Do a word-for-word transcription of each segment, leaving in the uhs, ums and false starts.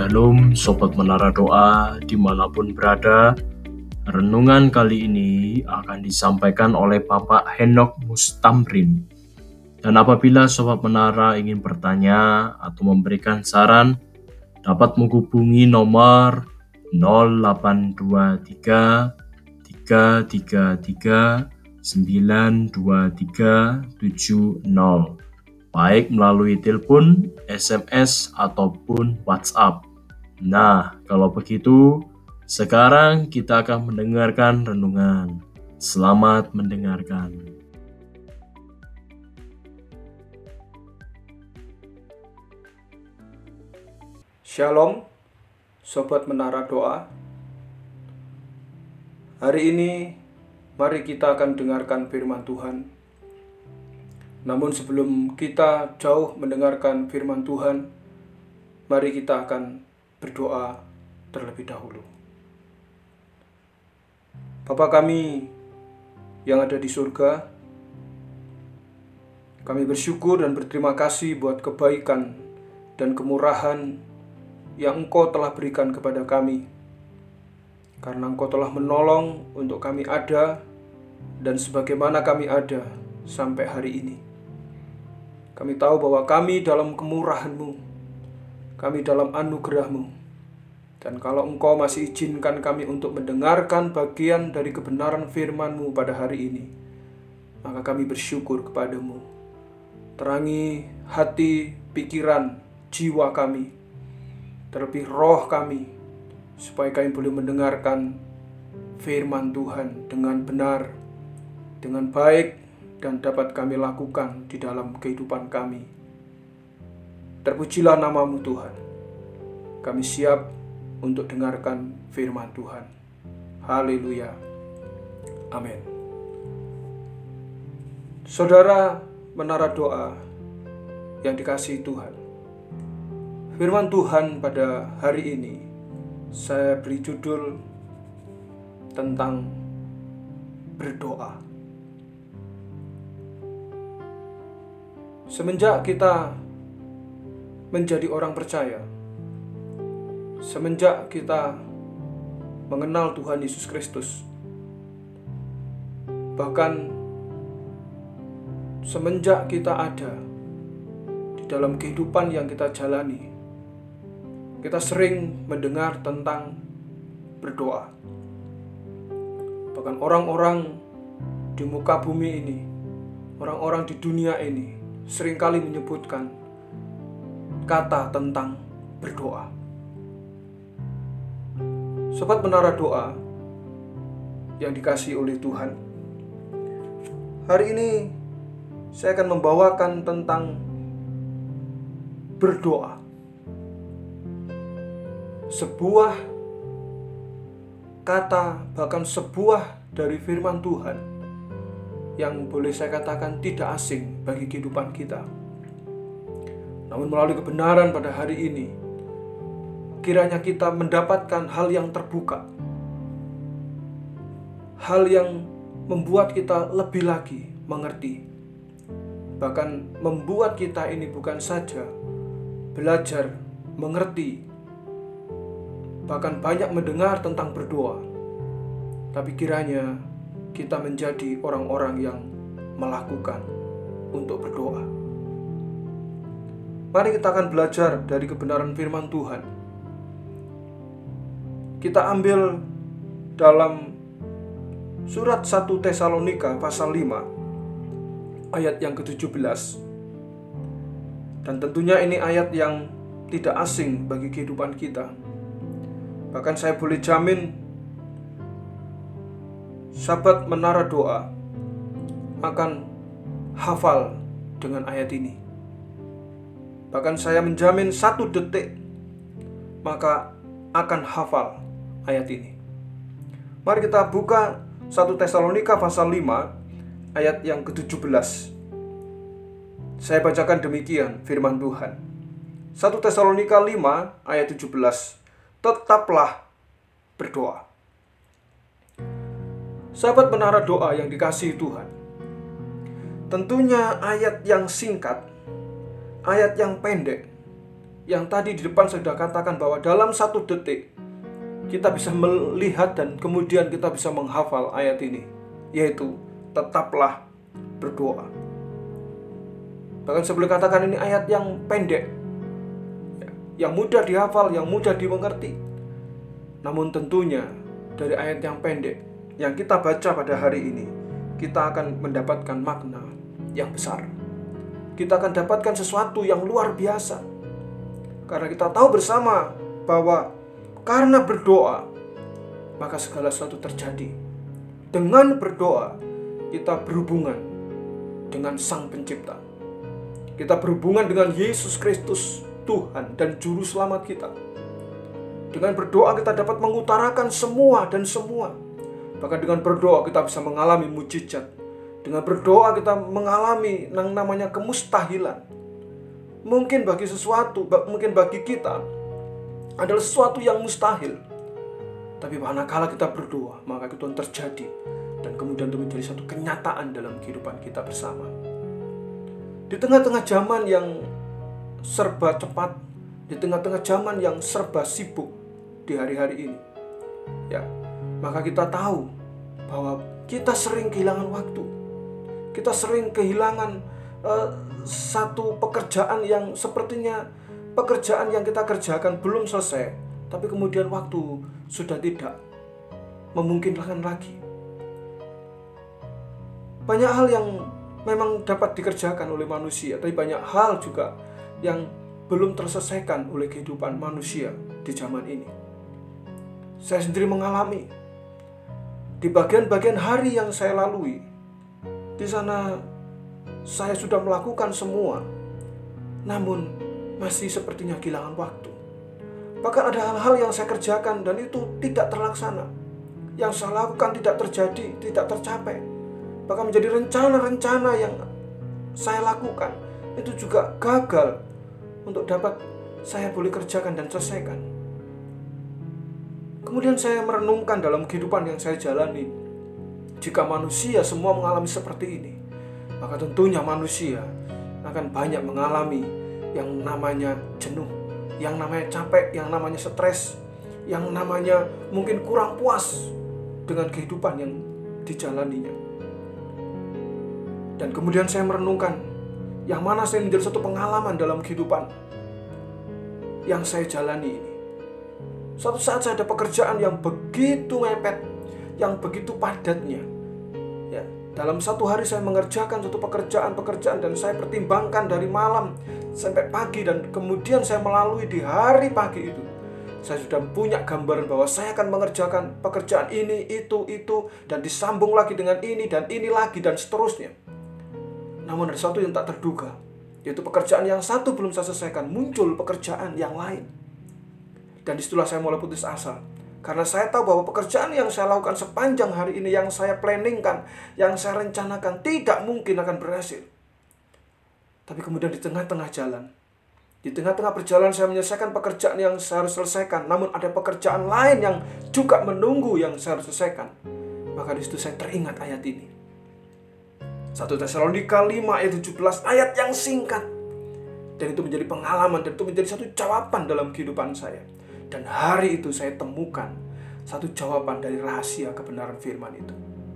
Shalom Sobat Menara Doa dimanapun berada. Renungan kali ini akan disampaikan oleh Bapak Henok Mustamrin. Dan apabila Sobat Menara ingin bertanya atau memberikan saran, dapat menghubungi nomor nol delapan dua tiga tiga tiga tiga sembilan dua tiga tujuh nol, baik melalui telepon, S M S, ataupun WhatsApp. Nah, kalau begitu, sekarang kita akan mendengarkan renungan. Selamat mendengarkan. Shalom, Sobat Menara Doa. Hari ini, mari kita akan dengarkan firman Tuhan. Namun sebelum kita jauh mendengarkan firman Tuhan, mari kita akan berdoa terlebih dahulu. Bapa kami yang ada di surga, kami bersyukur dan berterima kasih buat kebaikan dan kemurahan yang Engkau telah berikan kepada kami. Karena Engkau telah menolong untuk kami ada dan sebagaimana kami ada sampai hari ini. Kami tahu bahwa kami dalam kemurahan-Mu, kami dalam anugerah-Mu. Dan kalau Engkau masih izinkan kami untuk mendengarkan bagian dari kebenaran firman-Mu pada hari ini, maka kami bersyukur kepada-Mu. Terangi hati, pikiran, jiwa kami, terlebih roh kami, supaya kami boleh mendengarkan firman Tuhan dengan benar, dengan baik, dan dapat kami lakukan di dalam kehidupan kami. Terpujilah nama-Mu Tuhan. Kami siap untuk dengarkan firman Tuhan. Haleluya. Amin. Saudara Menara Doa yang dikasihi Tuhan, firman Tuhan pada hari ini saya beri judul tentang berdoa. Semenjak kita menjadi orang percaya, semenjak kita mengenal Tuhan Yesus Kristus, bahkan semenjak kita ada di dalam kehidupan yang kita jalani, kita sering mendengar tentang berdoa. Bahkan orang-orang di muka bumi ini, orang-orang di dunia ini seringkali menyebutkan kata tentang berdoa. Sobat Menara Doa yang dikasihi oleh Tuhan, hari ini saya akan membawakan tentang berdoa. Sebuah kata, bahkan sebuah dari firman Tuhan yang boleh saya katakan tidak asing bagi kehidupan kita. Namun melalui kebenaran pada hari ini, kiranya kita mendapatkan hal yang terbuka, hal yang membuat kita lebih lagi mengerti, bahkan membuat kita ini bukan saja belajar mengerti, bahkan banyak mendengar tentang berdoa, tapi kiranya kita menjadi orang-orang yang melakukan untuk berdoa. Mari kita akan belajar dari kebenaran firman Tuhan. Kita ambil dalam surat satu Tesalonika pasal lima ayat yang ketujuh belas. Dan tentunya ini ayat yang tidak asing bagi kehidupan kita. Bahkan saya boleh jamin sahabat Menara Doa akan hafal dengan ayat ini. Bahkan saya menjamin satu detik maka akan hafal ayat ini. Mari kita buka satu Tesalonika pasal lima ayat yang ketujuh belas. Saya bacakan demikian firman Tuhan. satu Tesalonika lima ayat tujuh belas. Tetaplah berdoa. Sahabat Menara Doa yang dikasihi Tuhan, tentunya ayat yang singkat, ayat yang pendek, yang tadi di depan saya sudah katakan bahwa dalam satu detik kita bisa melihat dan kemudian kita bisa menghafal ayat ini, yaitu tetaplah berdoa. Bahkan saya boleh katakan ini ayat yang pendek, yang mudah dihafal, yang mudah dimengerti. Namun tentunya dari ayat yang pendek yang kita baca pada hari ini, kita akan mendapatkan makna yang besar. Kita akan dapatkan sesuatu yang luar biasa. Karena kita tahu bersama bahwa karena berdoa, maka segala sesuatu terjadi. Dengan berdoa, kita berhubungan dengan Sang Pencipta. Kita berhubungan dengan Yesus Kristus, Tuhan dan Juru Selamat kita. Dengan berdoa kita dapat mengutarakan semua dan semua. Bahkan dengan berdoa kita bisa mengalami mujizat. Dengan berdoa kita mengalami yang namanya kemustahilan. Mungkin bagi sesuatu, mungkin bagi kita adalah sesuatu yang mustahil. Tapi manakala kita berdoa, maka itu terjadi. Dan kemudian itu menjadi satu kenyataan dalam kehidupan kita bersama. Di tengah-tengah zaman yang serba cepat, di tengah-tengah zaman yang serba sibuk di hari-hari ini, ya, maka kita tahu bahwa kita sering kehilangan waktu. Kita sering kehilangan uh, satu pekerjaan yang sepertinya pekerjaan yang kita kerjakan belum selesai, tapi kemudian waktu sudah tidak memungkinkan lagi. Banyak hal yang memang dapat dikerjakan oleh manusia, tapi banyak hal juga yang belum terselesaikan oleh kehidupan manusia di zaman ini. Saya sendiri mengalami di bagian-bagian hari yang saya lalui. Di sana saya sudah melakukan semua, namun masih sepertinya kehilangan waktu. Bahkan ada hal-hal yang saya kerjakan dan itu tidak terlaksana. Yang saya lakukan tidak terjadi, tidak tercapai. Bahkan menjadi rencana-rencana yang saya lakukan itu juga gagal untuk dapat saya boleh kerjakan dan selesaikan. Kemudian saya merenungkan dalam kehidupan yang saya jalani. Jika manusia semua mengalami seperti ini, maka tentunya manusia akan banyak mengalami yang namanya jenuh, yang namanya capek, yang namanya stres, yang namanya mungkin kurang puas dengan kehidupan yang dijalaninya. Dan kemudian saya merenungkan yang mana saya menjadi satu pengalaman dalam kehidupan yang saya jalani ini. Suatu saat saya ada pekerjaan yang begitu mepet, yang begitu padatnya. Ya, dalam satu hari saya mengerjakan satu pekerjaan-pekerjaan dan saya pertimbangkan dari malam sampai pagi, dan kemudian saya melalui di hari pagi itu. Saya sudah punya gambaran bahwa saya akan mengerjakan pekerjaan ini, itu, itu, dan disambung lagi dengan ini, dan ini lagi, dan seterusnya. Namun ada satu yang tak terduga, yaitu pekerjaan yang satu belum saya selesaikan, muncul pekerjaan yang lain. Dan disitulah saya mulai putus asa. Karena saya tahu bahwa pekerjaan yang saya lakukan sepanjang hari ini, yang saya planningkan, yang saya rencanakan, tidak mungkin akan berhasil. Tapi kemudian di tengah-tengah jalan, di tengah-tengah perjalanan saya menyelesaikan pekerjaan yang saya harus selesaikan, namun ada pekerjaan lain yang juga menunggu yang saya harus selesaikan. Maka di situ saya teringat ayat ini. satu Tesalonika lima ayat tujuh belas, ayat yang singkat. Dan itu menjadi pengalaman, dan itu menjadi satu jawaban dalam kehidupan saya. Dan hari itu saya temukan satu jawaban dari rahasia kebenaran firman itu.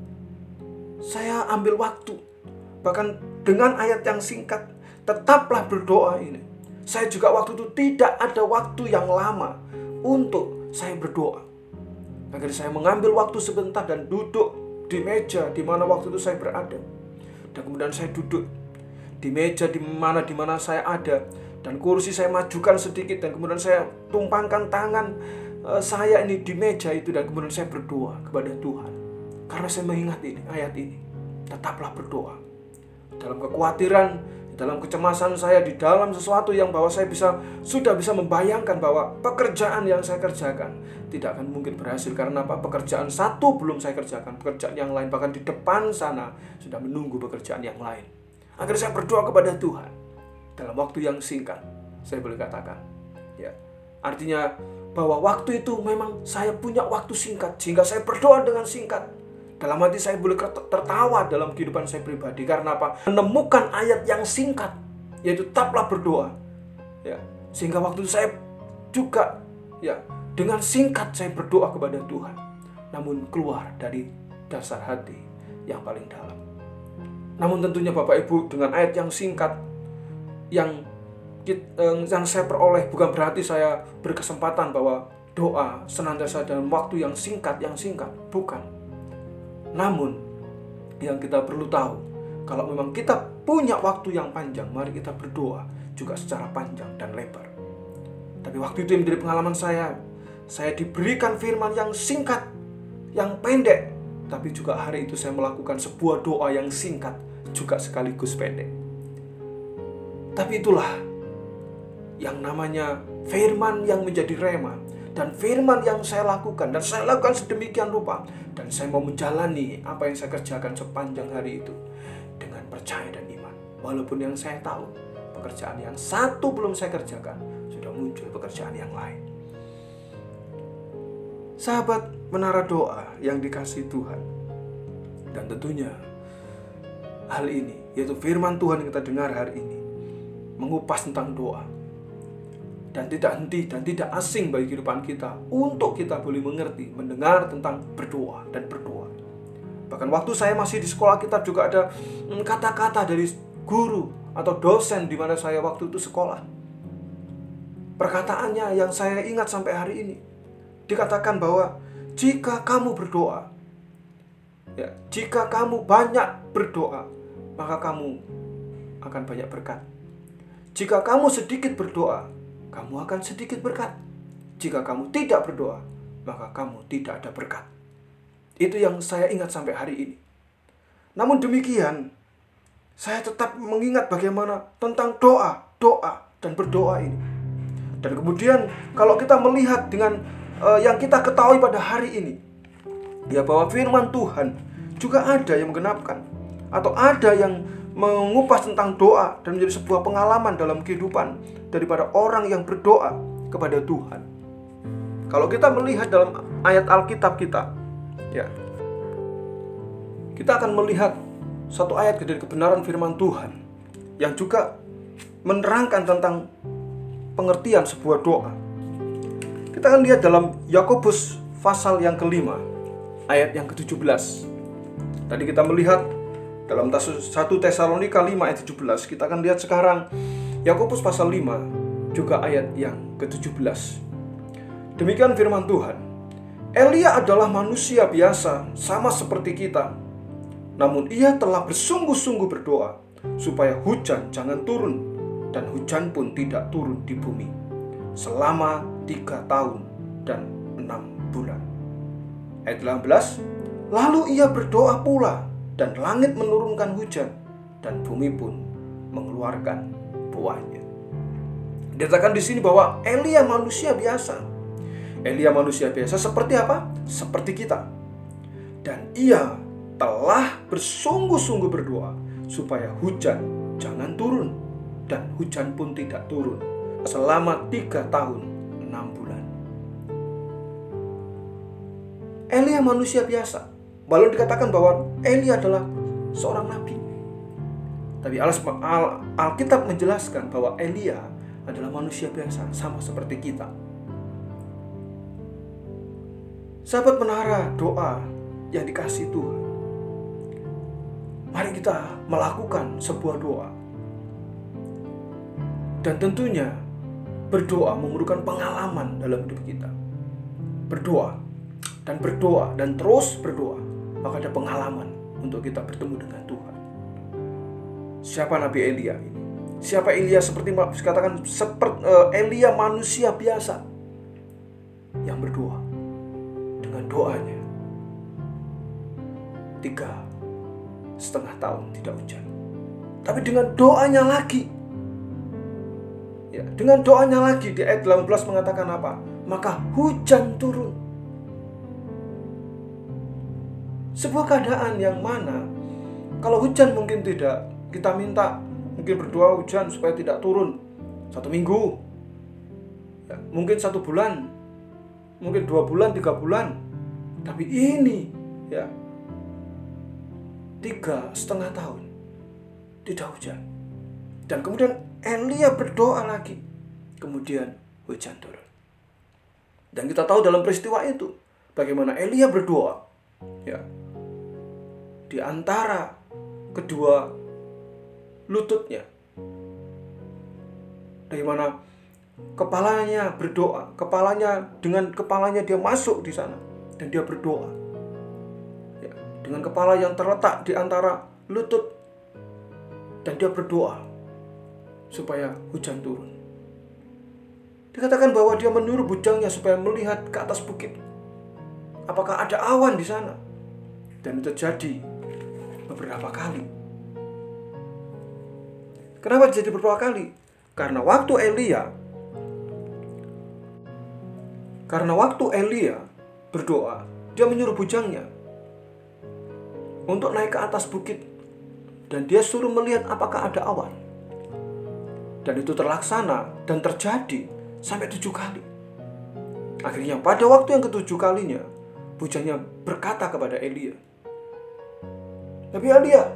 Saya ambil waktu, bahkan dengan ayat yang singkat, tetaplah berdoa ini. Saya juga waktu itu tidak ada waktu yang lama untuk saya berdoa. Akhirnya saya mengambil waktu sebentar dan duduk di meja di mana waktu itu saya berada. Dan kemudian saya duduk di meja di mana di mana saya ada. Dan kursi saya majukan sedikit, dan kemudian saya tumpangkan tangan uh, saya ini di meja itu, dan kemudian saya berdoa kepada Tuhan. Karena saya mengingat ini, ayat ini. Tetaplah berdoa. Dalam kekhawatiran, dalam kecemasan saya, di dalam sesuatu yang bahwa saya bisa sudah bisa membayangkan bahwa pekerjaan yang saya kerjakan tidak akan mungkin berhasil. Karena apa? Pekerjaan satu belum saya kerjakan, pekerjaan yang lain bahkan di depan sana sudah menunggu pekerjaan yang lain. Akhirnya saya berdoa kepada Tuhan. Dalam waktu yang singkat, saya boleh katakan, ya, artinya bahwa waktu itu memang saya punya waktu singkat, sehingga saya berdoa dengan singkat. Dalam hati saya boleh tertawa dalam kehidupan saya pribadi. Karena apa? Menemukan ayat yang singkat, yaitu tetaplah berdoa. Ya, Sehingga waktu itu saya juga ya dengan singkat saya berdoa kepada Tuhan, namun keluar dari dasar hati yang paling dalam. Namun tentunya Bapak Ibu, dengan ayat yang singkat yang yang saya peroleh bukan berarti saya berkesempatan bahwa doa senantiasa dalam waktu yang singkat yang singkat, bukan. Namun yang kita perlu tahu, kalau memang kita punya waktu yang panjang, mari kita berdoa juga secara panjang dan lebar. Tapi waktu itu yang menjadi pengalaman saya, saya diberikan firman yang singkat, yang pendek, tapi juga hari itu saya melakukan sebuah doa yang singkat juga sekaligus pendek. Tapi itulah yang namanya firman yang menjadi rema, dan firman yang saya lakukan, dan saya lakukan sedemikian rupa, dan saya mau menjalani apa yang saya kerjakan sepanjang hari itu dengan percaya dan iman. Walaupun yang saya tahu, pekerjaan yang satu belum saya kerjakan, sudah muncul pekerjaan yang lain. Sahabat Menara Doa yang dikasihi Tuhan, dan tentunya hal ini, yaitu firman Tuhan yang kita dengar hari ini, mengupas tentang doa, dan tidak henti dan tidak asing bagi kehidupan kita untuk kita boleh mengerti, mendengar tentang berdoa dan berdoa. Bahkan waktu saya masih di sekolah kitab juga ada kata-kata dari guru atau dosen di mana saya waktu itu sekolah. Perkataannya yang saya ingat sampai hari ini, dikatakan bahwa jika kamu berdoa, ya, jika kamu banyak berdoa, maka kamu akan banyak berkat. Jika kamu sedikit berdoa, kamu akan sedikit berkat. Jika kamu tidak berdoa, maka kamu tidak ada berkat. Itu yang saya ingat sampai hari ini. Namun demikian, saya tetap mengingat bagaimana tentang doa, doa, dan berdoa ini. Dan kemudian kalau kita melihat dengan uh, yang kita ketahui pada hari ini, ya, bahwa firman Tuhan juga ada yang menggenapkan, atau ada yang mengupas tentang doa dan menjadi sebuah pengalaman dalam kehidupan daripada orang yang berdoa kepada Tuhan. Kalau kita melihat dalam ayat Alkitab kita, ya, kita akan melihat satu ayat dari kebenaran firman Tuhan yang juga menerangkan tentang pengertian sebuah doa. Kita akan lihat dalam Yakobus pasal yang kelima, ayat yang ketujuh belas. Tadi kita melihat dalam satu Tesalonika lima ayat tujuh belas. Kita akan lihat sekarang Yakobus pasal lima juga ayat yang ketujuh belas. Demikian firman Tuhan. Elia adalah manusia biasa sama seperti kita. Namun ia telah bersungguh-sungguh berdoa supaya hujan jangan turun, dan hujan pun tidak turun di bumi selama tiga tahun dan enam bulan. Ayat delapan belas. Lalu ia berdoa pula, dan langit menurunkan hujan, dan bumi pun mengeluarkan buahnya. Dikatakan di sini bahwa Elia manusia biasa. Elia manusia biasa seperti apa? Seperti kita. Dan ia telah bersungguh-sungguh berdoa supaya hujan jangan turun, dan hujan pun tidak turun selama tiga tahun enam bulan. Elia manusia biasa. Lalu dikatakan bahwa Elia adalah seorang nabi. Tapi Alkitab menjelaskan bahwa Elia adalah manusia biasa, sama seperti kita. Sahabat Menara Doa yang dikasihi Tuhan, mari kita melakukan sebuah doa. Dan tentunya berdoa memerlukan pengalaman dalam hidup kita. Berdoa dan berdoa dan terus berdoa, maka ada pengalaman untuk kita bertemu dengan Tuhan. Siapa Nabi Elia ini? Siapa Elia? Seperti dikatakan, seperti uh, Elia manusia biasa yang berdoa. Dengan doanya tiga setengah tahun tidak hujan. Tapi dengan doanya lagi, ya, dengan doanya lagi di ayat delapan belas mengatakan apa? Maka hujan turun. Sebuah keadaan yang mana kalau hujan mungkin tidak kita minta, mungkin berdoa hujan supaya tidak turun satu minggu, ya, mungkin satu bulan, mungkin dua bulan, tiga bulan. Tapi ini, ya, tiga setengah tahun tidak hujan. Dan kemudian Elia berdoa lagi. kemudian hujan turun. Dan kita tahu dalam peristiwa itu bagaimana Elia berdoa, ya, di antara kedua lututnya, bagaimana kepalanya berdoa, kepalanya dengan kepalanya dia masuk di sana dan dia berdoa, ya, dengan kepala yang terletak di antara lutut, dan dia berdoa supaya hujan turun. Dikatakan bahwa dia meniup bujangnya supaya melihat ke atas bukit apakah ada awan di sana, dan itu terjadi beberapa kali. Kenapa terjadi beberapa kali? Karena waktu Elia Karena waktu Elia berdoa, dia menyuruh bujangnya untuk naik ke atas bukit, dan dia suruh melihat apakah ada awan. Dan itu terlaksana dan terjadi sampai tujuh kali. Akhirnya pada waktu yang ketujuh kalinya, bujangnya berkata kepada Elia, "Tapi Elia,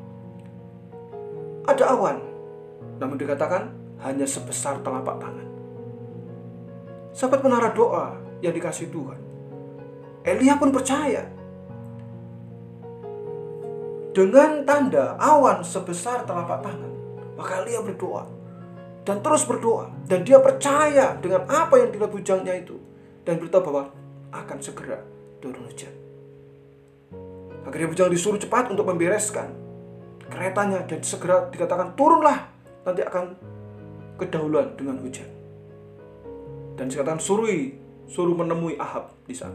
ada awan." Namun dikatakan hanya sebesar telapak tangan. Sahabat menara doa yang dikasihi Tuhan, Elia pun percaya. Dengan tanda awan sebesar telapak tangan, maka Elia berdoa dan terus berdoa, dan dia percaya dengan apa yang dilihat bujangnya itu, dan beritahu bahwa akan segera turun hujan. Akhirnya bujang disuruh cepat untuk membereskan keretanya, dan segera dikatakan turunlah, nanti akan kedahuluan dengan hujan. Dan dikatakan suruh suruh menemui Ahab di sana.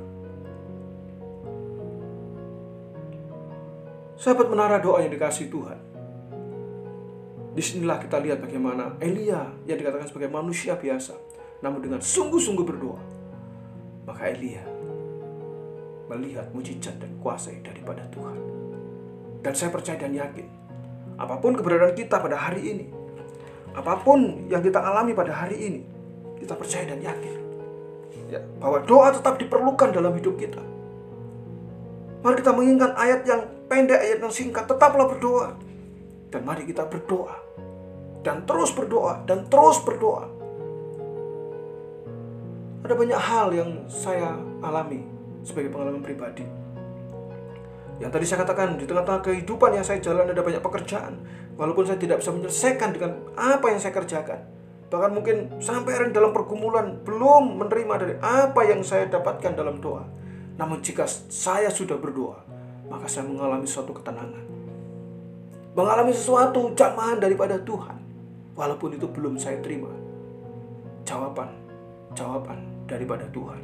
Sahabat menara doa yang dikasihi Tuhan, disinilah kita lihat bagaimana Elia yang dikatakan sebagai manusia biasa, namun dengan sungguh-sungguh berdoa, maka Elia melihat mujizat dan kuasa daripada Tuhan. Dan saya percaya dan yakin, apapun keberadaan kita pada hari ini, apapun yang kita alami pada hari ini, kita percaya dan yakin, ya, bahwa doa tetap diperlukan dalam hidup kita. Mari kita mengingat ayat yang pendek, ayat yang singkat, tetaplah berdoa. Dan mari kita berdoa, dan terus berdoa, dan terus berdoa. Ada banyak hal yang saya alami sebagai pengalaman pribadi. Yang tadi saya katakan, di tengah-tengah kehidupan yang saya jalani ada banyak pekerjaan. Walaupun saya tidak bisa menyelesaikan dengan apa yang saya kerjakan, bahkan mungkin sampai hari dalam pergumulan belum menerima dari apa yang saya dapatkan dalam doa. Namun jika saya sudah berdoa, maka saya mengalami suatu ketenangan, mengalami sesuatu jamahan daripada Tuhan. Walaupun itu belum saya terima jawaban Jawaban daripada Tuhan.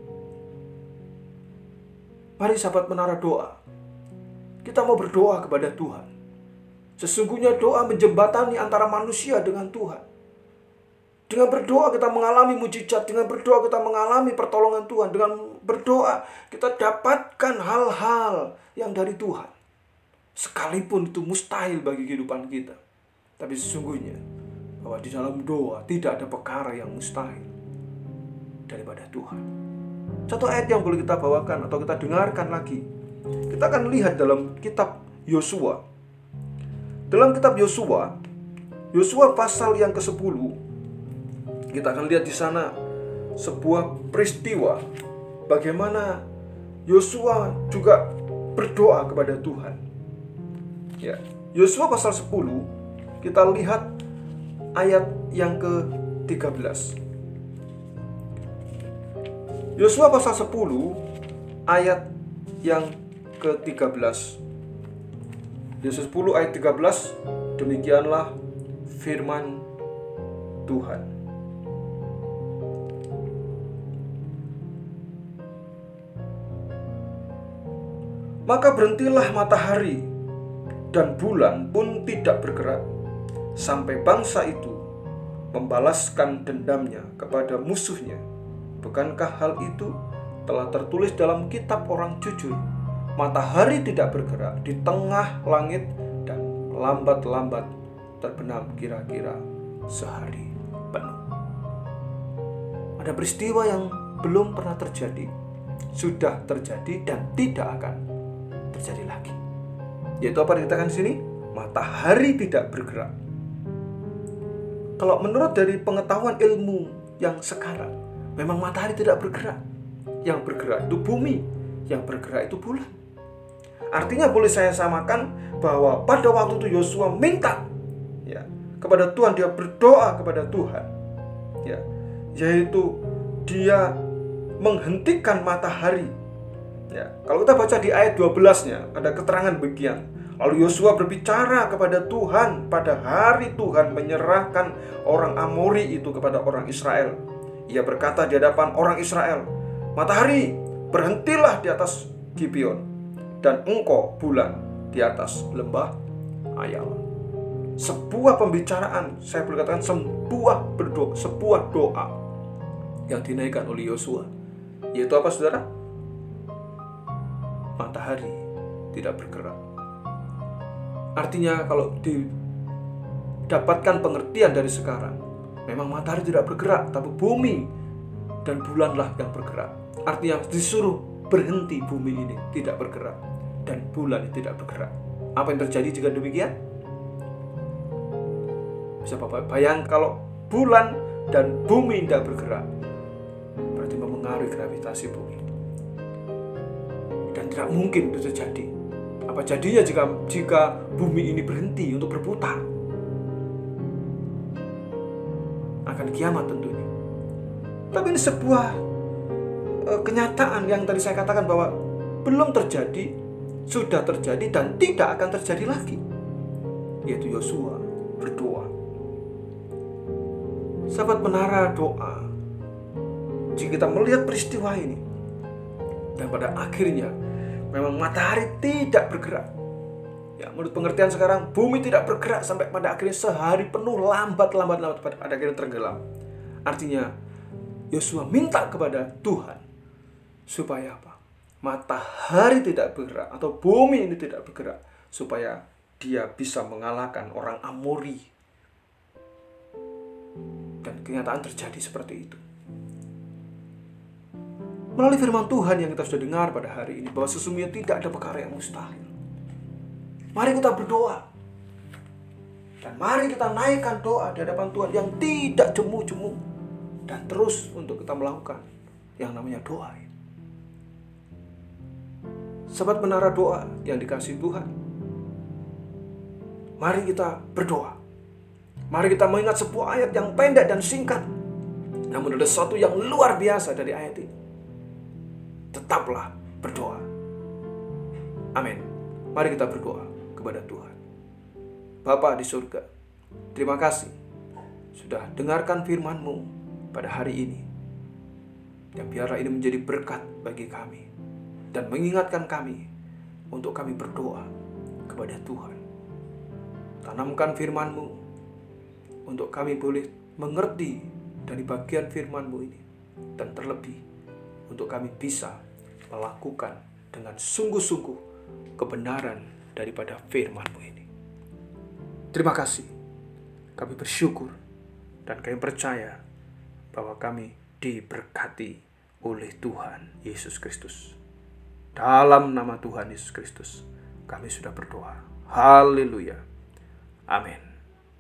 Mari sahabat menara doa, kita mau berdoa kepada Tuhan. Sesungguhnya doa menjembatani antara manusia dengan Tuhan. Dengan berdoa kita mengalami mujizat, dengan berdoa kita mengalami pertolongan Tuhan, dengan berdoa kita dapatkan hal-hal yang dari Tuhan. Sekalipun itu mustahil bagi kehidupan kita, tapi sesungguhnya bahwa di dalam doa tidak ada perkara yang mustahil daripada Tuhan. Satu ayat yang boleh kita bawakan atau kita dengarkan lagi, kita akan lihat dalam kitab Yosua. Dalam kitab Yosua, Yosua pasal yang kesepuluh, kita akan lihat di sana sebuah peristiwa bagaimana Yosua juga berdoa kepada Tuhan. Ya, Yosua pasal sepuluh, kita lihat ayat yang ke tiga belas. Yosua pasal sepuluh ayat yang ke tiga belas. Yosua sepuluh ayat tiga belas, demikianlah firman Tuhan. Maka berhentilah matahari dan bulan pun tidak bergerak, sampai bangsa itu membalaskan dendamnya kepada musuhnya. Bukankah hal itu telah tertulis dalam kitab orang jujur? Matahari tidak bergerak di tengah langit, dan lambat-lambat terbenam kira-kira sehari penuh. Ada peristiwa yang belum pernah terjadi, sudah terjadi, dan tidak akan terjadi lagi. Yaitu apa dikatakan di sini? Matahari tidak bergerak. kalau menurut dari pengetahuan ilmu yang sekarang, memang matahari tidak bergerak. Yang bergerak itu bumi, yang bergerak itu bulan. Artinya boleh saya samakan bahwa pada waktu itu Yosua minta ya kepada Tuhan, dia berdoa kepada Tuhan, ya, yaitu dia menghentikan matahari. Ya, kalau kita baca di ayat dua belas-nya ada keterangan begini. Lalu Yosua berbicara kepada Tuhan pada hari Tuhan menyerahkan orang Amori itu kepada orang Israel. Ia berkata di hadapan orang Israel, "Matahari, berhentilah di atas Gibeon, dan engkau bulan di atas lembah Ayal." Sebuah pembicaraan, saya boleh katakan sebuah berdoa, sebuah doa yang dinaikkan oleh Yosua. Yaitu apa, saudara? Matahari tidak bergerak. Artinya kalau didapatkan pengertian dari sekarang, memang matahari tidak bergerak, tapi bumi dan bulanlah yang bergerak. Artinya disuruh berhenti, bumi ini tidak bergerak dan bulan ini tidak bergerak. Apa yang terjadi jika demikian? Bisa Bapak bayangkan kalau bulan dan bumi tidak bergerak, berarti memengaruhi gravitasi bumi. Dan tidak mungkin itu terjadi. Apa jadinya jika jika bumi ini berhenti untuk berputar? Akan kiamat tentunya. Tapi ini sebuah e, kenyataan yang tadi saya katakan bahwa belum terjadi, sudah terjadi dan tidak akan terjadi lagi. Yaitu Yosua berdoa. Sahabat menara doa, jika kita melihat peristiwa ini, dan pada akhirnya memang matahari tidak bergerak. Ya, menurut pengertian sekarang, bumi tidak bergerak sampai pada akhirnya sehari penuh lambat-lambat-lambat pada akhirnya tenggelam. Artinya Yosua minta kepada Tuhan supaya apa? Matahari tidak bergerak atau bumi ini tidak bergerak, supaya dia bisa mengalahkan orang Amori. Dan kenyataan terjadi seperti itu. Melalui firman Tuhan yang kita sudah dengar pada hari ini, bahwa sesungguhnya tidak ada perkara yang mustahil. Mari kita berdoa. Dan mari kita naikkan doa di hadapan Tuhan yang tidak jemu-jemu. Dan terus untuk kita melakukan yang namanya doa. Sahabat menara doa yang dikasihi Tuhan, mari kita berdoa. Mari kita mengingat sebuah ayat yang pendek dan singkat, namun ada sesuatu yang luar biasa dari ayat ini. Tetaplah berdoa. Amin. Mari kita berdoa kepada Tuhan. Bapa di surga, terima kasih sudah dengarkan firman-Mu pada hari ini. Dan biarlah ini menjadi berkat bagi kami dan mengingatkan kami untuk kami berdoa kepada Tuhan. Tanamkan firman-Mu untuk kami boleh mengerti dari bagian firman-Mu ini, dan terlebih untuk kami bisa melakukan dengan sungguh-sungguh kebenaran daripada firman-Mu ini. Terima kasih. Kami bersyukur dan kami percaya bahwa kami diberkati oleh Tuhan Yesus Kristus. Dalam nama Tuhan Yesus Kristus kami sudah berdoa. Haleluya. Amin.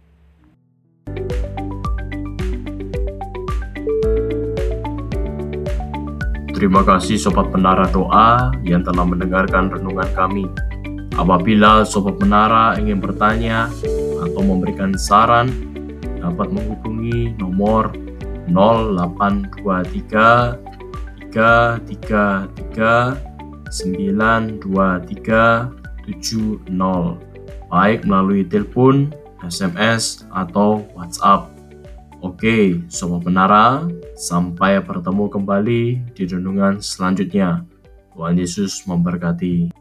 Terima kasih Sobat Menara Doa yang telah mendengarkan renungan kami. Apabila Sobat Menara ingin bertanya atau memberikan saran, dapat menghubungi nomor nol delapan dua tiga tiga tiga tiga sembilan dua tiga tujuh nol, baik melalui telepon, S M S, atau WhatsApp. Oke, Sobat Menara, sampai bertemu kembali di renungan selanjutnya. Tuhan Yesus memberkati.